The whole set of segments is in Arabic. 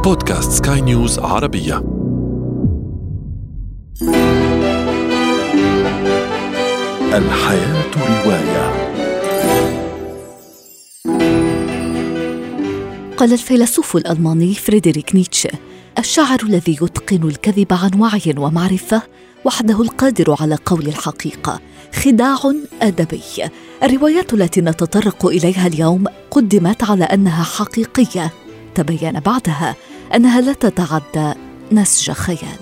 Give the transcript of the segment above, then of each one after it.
بودكاست سكاي نيوز عربية. الحياة رواية. قال الفيلسوف الألماني فريدريك نيتشه: الشاعر الذي يتقن الكذب عن وعي ومعرفة وحده القادر على قول الحقيقة خداع أدبي. الروايات التي نتطرق إليها اليوم قدمت على أنها حقيقية، تبين بعدها أنها لا تتعدى نسج خيال.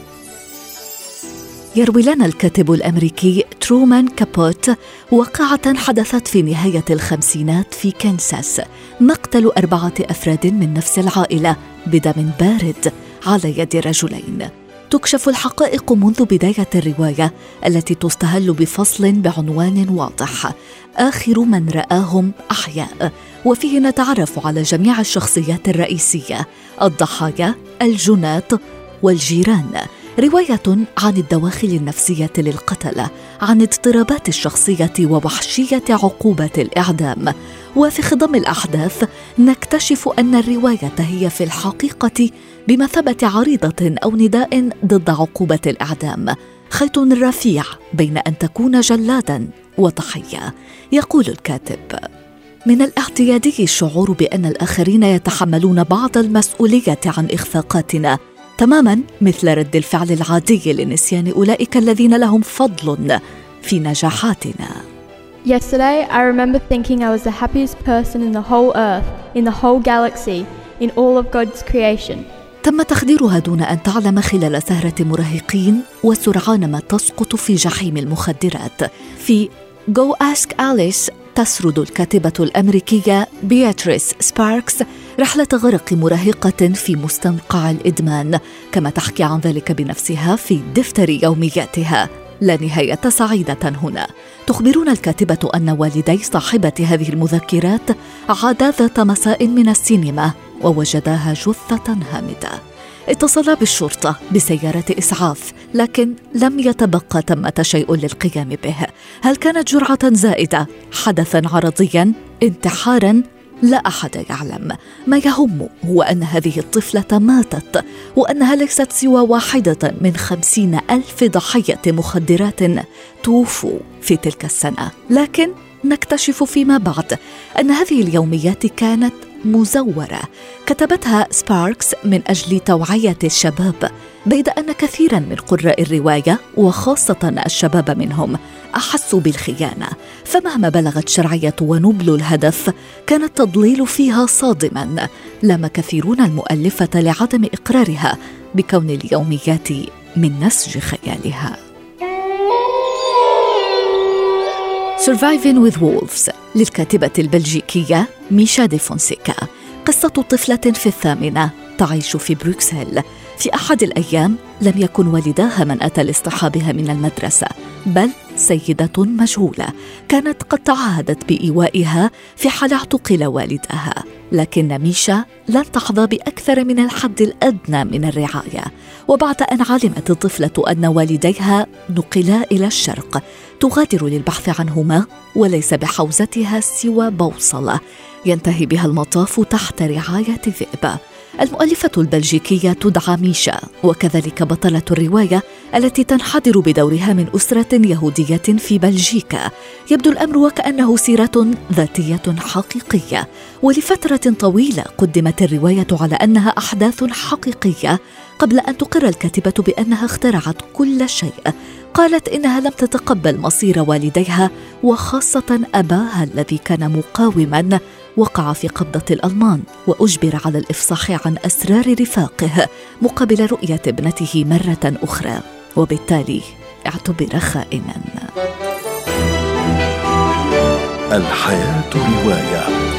يروي لنا الكاتب الأمريكي ترومان كابوت واقعة حدثت في نهاية الخمسينات في كنساس، مقتل 4 أفراد من نفس العائلة بدم بارد على يد رجلين. تكشف الحقائق منذ بداية الرواية التي تستهل بفصل بعنوان واضح: آخر من رآهم أحياء، وفيه نتعرف على جميع الشخصيات الرئيسية، الضحايا، الجنات والجيران. رواية عن الدواخل النفسية للقتلة، عن اضطرابات الشخصية ووحشية عقوبة الإعدام. وفي خضم الأحداث نكتشف أن الرواية هي في الحقيقة بمثابة عريضة أو نداء ضد عقوبة الإعدام، خيط رفيع بين أن تكون جلادا وضحية. يقول الكاتب: من الاعتيادي الشعور بأن الآخرين يتحملون بعض المسؤولية عن إخفاقاتنا، تماماً مثل رد الفعل العادي لنسيان أولئك الذين لهم فضل في نجاحاتنا. Yesterday, I remember thinking I was the happiest person in the whole earth, in the whole galaxy, in all of God's creation. تم تخديرها دون أن تعلم خلال سهرة مراهقين وسرعان ما تسقط في جحيم المخدرات. في Go Ask Alice تسرد الكاتبة الأمريكية بياتريس سباركس رحلة غرق مراهقة في مستنقع الإدمان، كما تحكي عن ذلك بنفسها في دفتر يومياتها. لا نهاية سعيدة هنا. تخبرنا الكاتبة أن والدي صاحبة هذه المذكرات عادا ذات مساء من السينما ووجداها جثة هامدة. اتصلا بالشرطة بسيارة إسعاف، لكن لم يتبقى ثمة شيء للقيام به. هل كانت جرعة زائدة، حدثاً عرضياً، انتحاراً؟ لا أحد يعلم. ما يهم هو أن هذه الطفلة ماتت، وأنها ليست سوى واحدة من 50,000 ضحية مخدرات توفوا في تلك السنة. لكن نكتشف فيما بعد أن هذه اليوميات كانت مزورة، كتبتها سباركس من أجل توعية الشباب، بيد أن كثيراً من قراء الرواية وخاصة الشباب منهم أحسوا بالخيانة، فمهما بلغت شرعية ونبل الهدف كان التضليل فيها صادماً. لام كثيرون المؤلفة لعدم إقرارها بكون اليوميات من نسج خيالها. Surviving with Wolves للكاتبة البلجيكية ميشا دي فونسيكا، قصة طفلة في 8 تعيش في بروكسل. في أحد الأيام لم يكن والداها من أتى لاصطحابها من المدرسة، بل سيدة مجهولة كانت قد تعهدت بإيوائها في حال اعتقل والدها. لكن ميشا لن تحظى بأكثر من الحد الأدنى من الرعاية، وبعد أن علمت الطفلة أن والديها نقلا إلى الشرق تغادر للبحث عنهما، وليس بحوزتها سوى بوصلة ينتهي بها المطاف تحت رعاية ذئب. المؤلفة البلجيكية تدعى ميشا، وكذلك بطلة الرواية التي تنحدر بدورها من أسرة يهودية في بلجيكا. يبدو الأمر وكأنه سيرة ذاتية حقيقية، ولفترة طويلة قدمت الرواية على أنها أحداث حقيقية، قبل أن تقر الكاتبة بأنها اخترعت كل شيء. قالت إنها لم تتقبل مصير والديها، وخاصة أباها الذي كان مقاوماً وقع في قبضة الألمان وأجبر على الإفصاح عن أسرار رفاقه مقابل رؤية ابنته مرة أخرى، وبالتالي اعتبر خائناً. الحياة رواية.